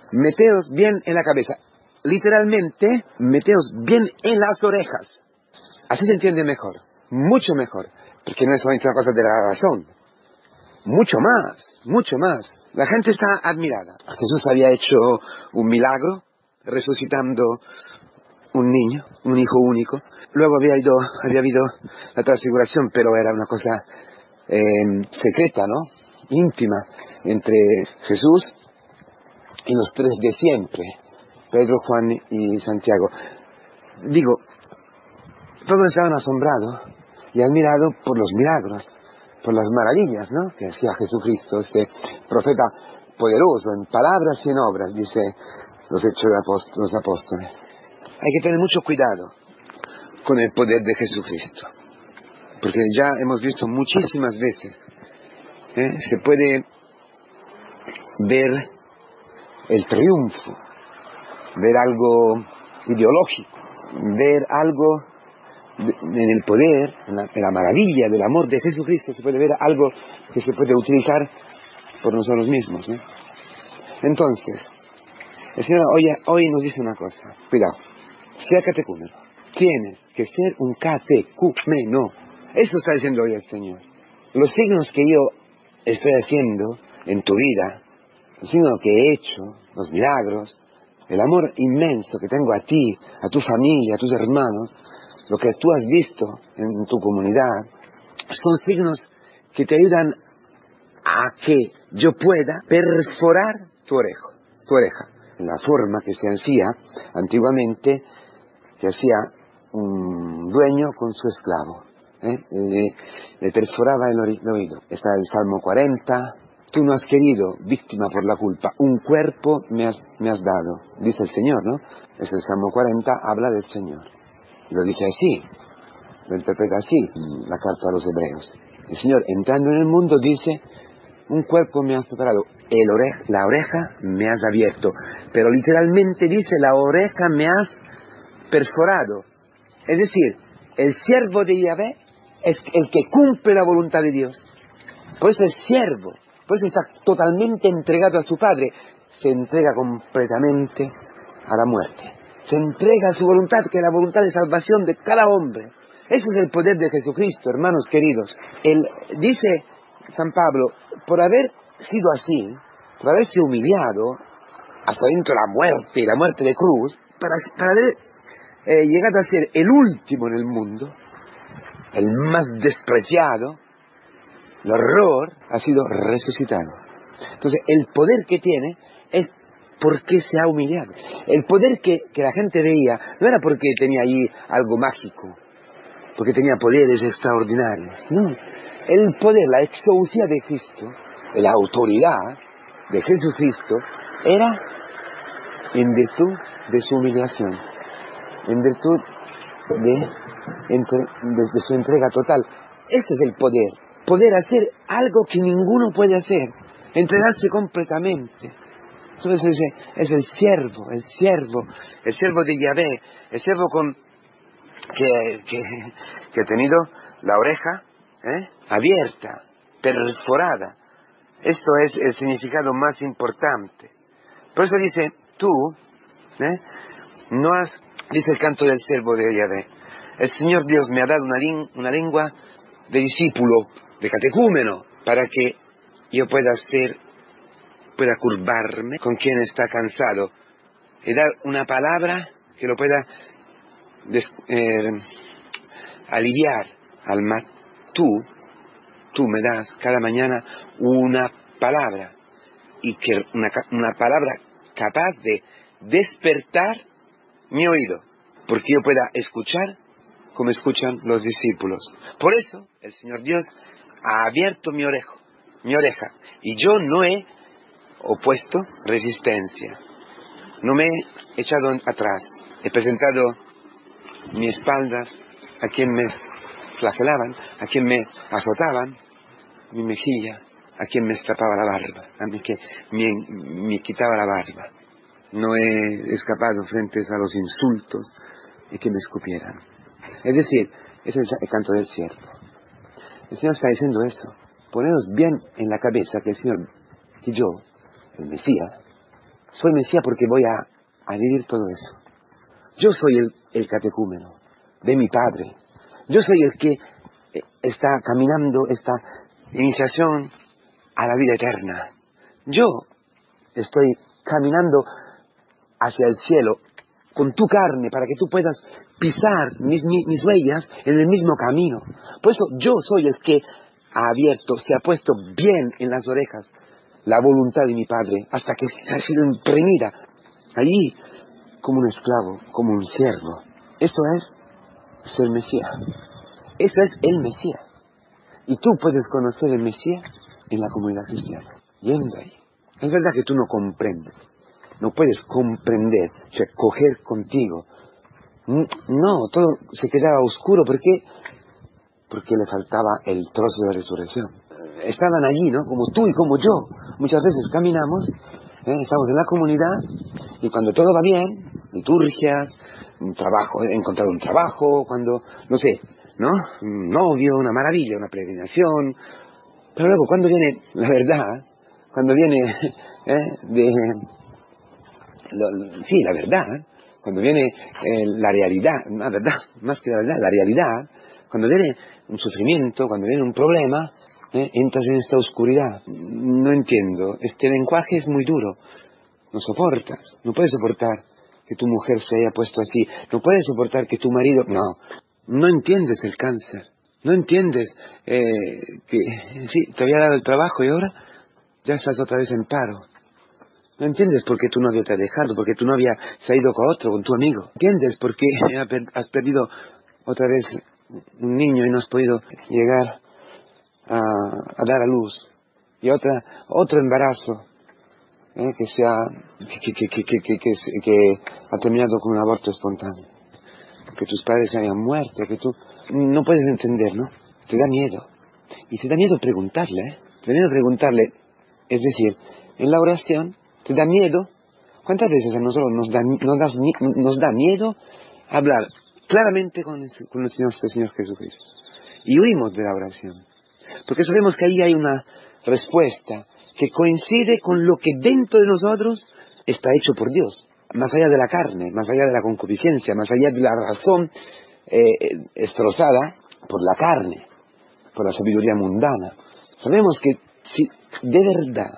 Meteos bien en la cabeza. Literalmente, meteos bien en las orejas. Así se entiende mejor, mucho mejor, porque no es solamente una cosa de la razón. Mucho más, mucho más. La gente está admirada. Jesús había hecho un milagro, resucitando un niño, un hijo único. Luego había habido la transfiguración, pero era una cosa secreta, ¿no? Íntima, entre Jesús y los tres de siempre, Pedro, Juan y Santiago. Digo, todos estaban asombrados y admirados por los milagros, por las maravillas, ¿no?, que hacía Jesucristo, este profeta poderoso en palabras y en obras, dice los Hechos de los Apóstoles. Hay que tener mucho cuidado con el poder de Jesucristo, porque ya hemos visto muchísimas veces, se puede ver el triunfo, ver algo ideológico, ver algo en el poder, en la maravilla del amor de Jesucristo, se puede ver algo que se puede utilizar por nosotros mismos, ¿eh? Entonces, el Señor hoy nos dice una cosa: cuidado, sea catecúmeno, tienes que ser un catecúmeno. Eso está diciendo hoy el Señor. Los signos que yo estoy haciendo en tu vida, los signos que he hecho, los milagros, el amor inmenso que tengo a ti, a tu familia, a tus hermanos, lo que tú has visto en tu comunidad, son signos que te ayudan a que yo pueda perforar tu oreja. La forma que se hacía antiguamente, que hacía un dueño con su esclavo, le perforaba el oído. Está el Salmo 40, tú no has querido, víctima por la culpa, un cuerpo me has dado, dice el Señor, ¿no? Es el Salmo 40, habla del Señor. Y lo dice así, lo interpreta así, la carta a los Hebreos. El Señor, entrando en el mundo, dice, un cuerpo me has preparado, la oreja me has abierto. Pero literalmente dice, la oreja me has perforado. Es decir, el siervo de Yahvé es el que cumple la voluntad de Dios. Por eso es siervo, por eso está totalmente entregado a su Padre. Se entrega completamente a la muerte. Se entrega a su voluntad, que es la voluntad de salvación de cada hombre. Ese es el poder de Jesucristo, hermanos queridos. Dice San Pablo, por haber sido así, por haberse humillado hasta dentro de la muerte y la muerte de cruz, para haber llegado a ser el último en el mundo, el más despreciado, el horror, ha sido resucitado. Entonces, el poder que tiene es porque se ha humillado. El poder que la gente veía no era porque tenía allí algo mágico, porque tenía poderes extraordinarios. No, el poder, la exousia de Cristo, la autoridad de Jesucristo, era en virtud de su humillación, en virtud de su entrega total. Este es el poder hacer algo que ninguno puede hacer, entregarse completamente. Entonces es el siervo de Yahvé, el siervo que ha tenido la oreja abierta, perforada. Esto es el significado más importante. Por eso dice, tú no has, dice el canto del siervo de Yahvé, el Señor Dios me ha dado una lengua de discípulo, de catecúmeno, para que yo pueda curvarme con quien está cansado y dar una palabra que lo pueda aliviar al mal. Tú me das cada mañana una palabra, y que una palabra capaz de despertar mi oído, porque yo pueda escuchar como escuchan los discípulos. Por eso el Señor Dios ha abierto mi oreja, y yo no he opuesto resistencia, no me he echado atrás, he presentado mi espalda a quien me flagelaban, a quien me azotaban, mi mejilla a quien me escapaba la barba, a mí que me quitaba la barba. No he escapado frente a los insultos y que me escupieran. Es decir, ese es el canto del siervo. El Señor está diciendo eso. Poneros bien en la cabeza que el Señor, que yo, el Mesías, Soy Mesías porque voy a vivir todo eso. Yo soy el catecúmeno de mi Padre. Yo soy el que está caminando esta iniciación a la vida eterna. Yo estoy caminando hacia el cielo con tu carne para que tú puedas pisar mis huellas en el mismo camino. Por eso yo soy el que ha abierto, se ha puesto bien en las orejas la voluntad de mi Padre hasta que ha sido imprimida allí como un esclavo, como un siervo. Eso es ser Mesías. Eso es el Mesías. Y tú puedes conocer el Mesías en la comunidad cristiana, yendo ahí. Es verdad que tú no comprendes. No puedes comprender, o sea, coger contigo. No, todo se quedaba oscuro. ¿Por qué? Porque le faltaba el trozo de resurrección. Estaban allí, ¿no? Como tú y como yo. Muchas veces caminamos, estamos en la comunidad, y cuando todo va bien, liturgias, un trabajo, he encontrado un trabajo, cuando, no sé, ¿no? Un novio, una maravilla, una peregrinación. Pero luego, cuando viene la verdad, cuando viene la verdad, cuando viene la realidad, la verdad, más que la verdad, la realidad, cuando viene un sufrimiento, cuando viene un problema, entras en esta oscuridad. No entiendo, este lenguaje es muy duro, no soportas, no puedes soportar que tu mujer se haya puesto así, no puedes soportar que tu marido, no entiendes el cáncer, no entiendes que sí, te había dado el trabajo y ahora ya estás otra vez en paro. No entiendes por qué tu novio te ha dejado, por qué tu novia se ha ido con otro, con tu amigo. ¿Entiendes por qué has perdido otra vez un niño y no has podido llegar a dar a luz? Y otro embarazo que ha terminado con un aborto espontáneo. Que tus padres se hayan muerto, que tú no puedes entender, ¿no? Te da miedo. Y te da miedo preguntarle, Te da miedo preguntarle. Es decir, en la oración te da miedo. ¿Cuántas veces a nosotros nos da miedo hablar claramente con nuestro Señor Jesucristo? Y huimos de la oración. Porque sabemos que ahí hay una respuesta que coincide con lo que dentro de nosotros está hecho por Dios. Más allá de la carne, más allá de la concupiscencia, más allá de la razón destrozada por la carne, por la sabiduría mundana. Sabemos que si de verdad,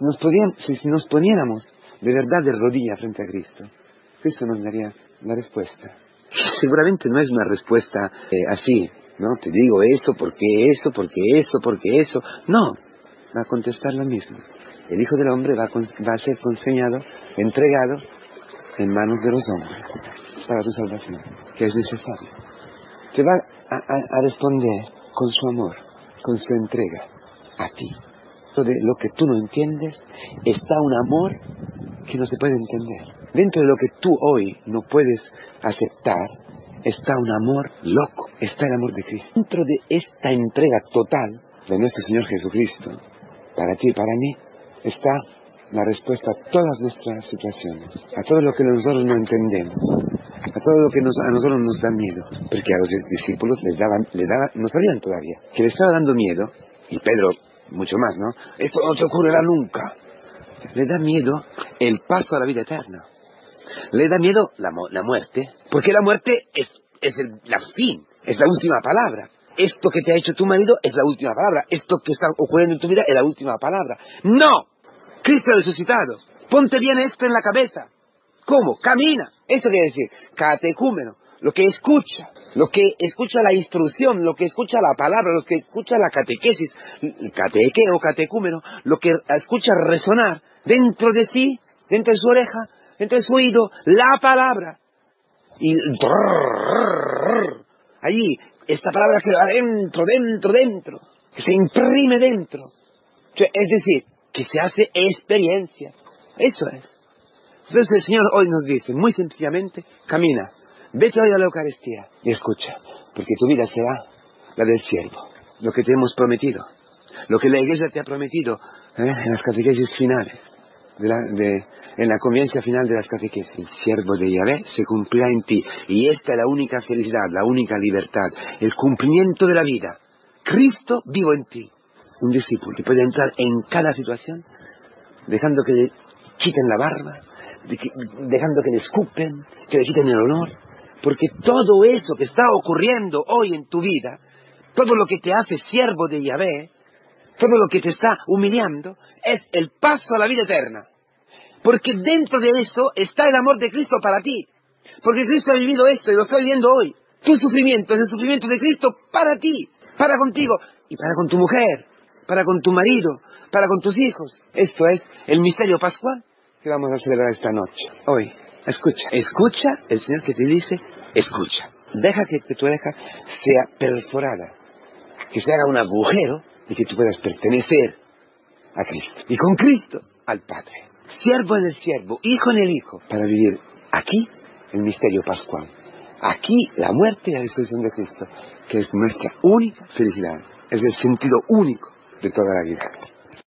si nos poniéramos de verdad de rodillas frente a Cristo, Cristo nos daría la respuesta. Seguramente no es una respuesta así, ¿no? Te digo eso, porque eso, porque eso, porque eso. No, va a contestar lo mismo. El Hijo del Hombre va a ser consignado, entregado en manos de los hombres para tu salvación, que es necesario. Te va a responder con su amor, con su entrega a ti. De lo que tú no entiendes está un amor que no se puede entender. Dentro de lo que tú hoy no puedes aceptar está un amor loco, está el amor de Cristo. Dentro de esta entrega total de nuestro Señor Jesucristo, para ti y para mí, está la respuesta a todas nuestras situaciones, a todo lo que nosotros no entendemos, a todo lo que a nosotros nos da miedo, porque a los discípulos no sabían todavía que les estaba dando miedo, y Pedro mucho más, ¿no? Esto no te ocurrirá nunca. Le da miedo el paso a la vida eterna. Le da miedo la muerte, porque la muerte es la fin, es la última palabra. Esto que te ha hecho tu marido es la última palabra. Esto que está ocurriendo en tu vida es la última palabra. ¡No! Cristo ha resucitado. Ponte bien esto en la cabeza. ¿Cómo? Camina. Eso quiere decir catecúmeno. Lo que escucha la instrucción, lo que escucha la palabra, lo que escucha la catequesis, cateque o catecúmeno, lo que escucha resonar dentro de sí, dentro de su oreja, dentro de su oído, la palabra. Y allí, esta palabra que va dentro, que se imprime dentro. Es decir, que se hace experiencia. Eso es. Entonces el Señor hoy nos dice, muy sencillamente, camina, vete hoy a la Eucaristía y escucha, porque tu vida será la del siervo, lo que te hemos prometido, lo que la Iglesia te ha prometido en las catequesis finales, en la convivencia final de las catequesis. El siervo de Yahvé se cumplirá en ti, y esta es la única felicidad, la única libertad, el cumplimiento de la vida. Cristo vivo en ti. Un discípulo que puede entrar en cada situación, dejando que quiten la barba, dejando que le escupen, que le quiten el honor. Porque todo eso que está ocurriendo hoy en tu vida, todo lo que te hace siervo de Yahvé, todo lo que te está humillando, es el paso a la vida eterna. Porque dentro de eso está el amor de Cristo para ti. Porque Cristo ha vivido esto y lo está viviendo hoy. Tu sufrimiento es el sufrimiento de Cristo para ti, para contigo, y para con tu mujer, para con tu marido, para con tus hijos. Esto es el misterio pascual que vamos a celebrar esta noche. Hoy, escucha el Señor que te dice, escucha. Deja que tu oreja sea perforada, que se haga un agujero y que tú puedas pertenecer a Cristo. Y con Cristo al Padre. Siervo en el siervo, hijo en el hijo, para vivir aquí el misterio pascual. Aquí la muerte y la resurrección de Cristo, que es nuestra única felicidad, es el sentido único de toda la vida.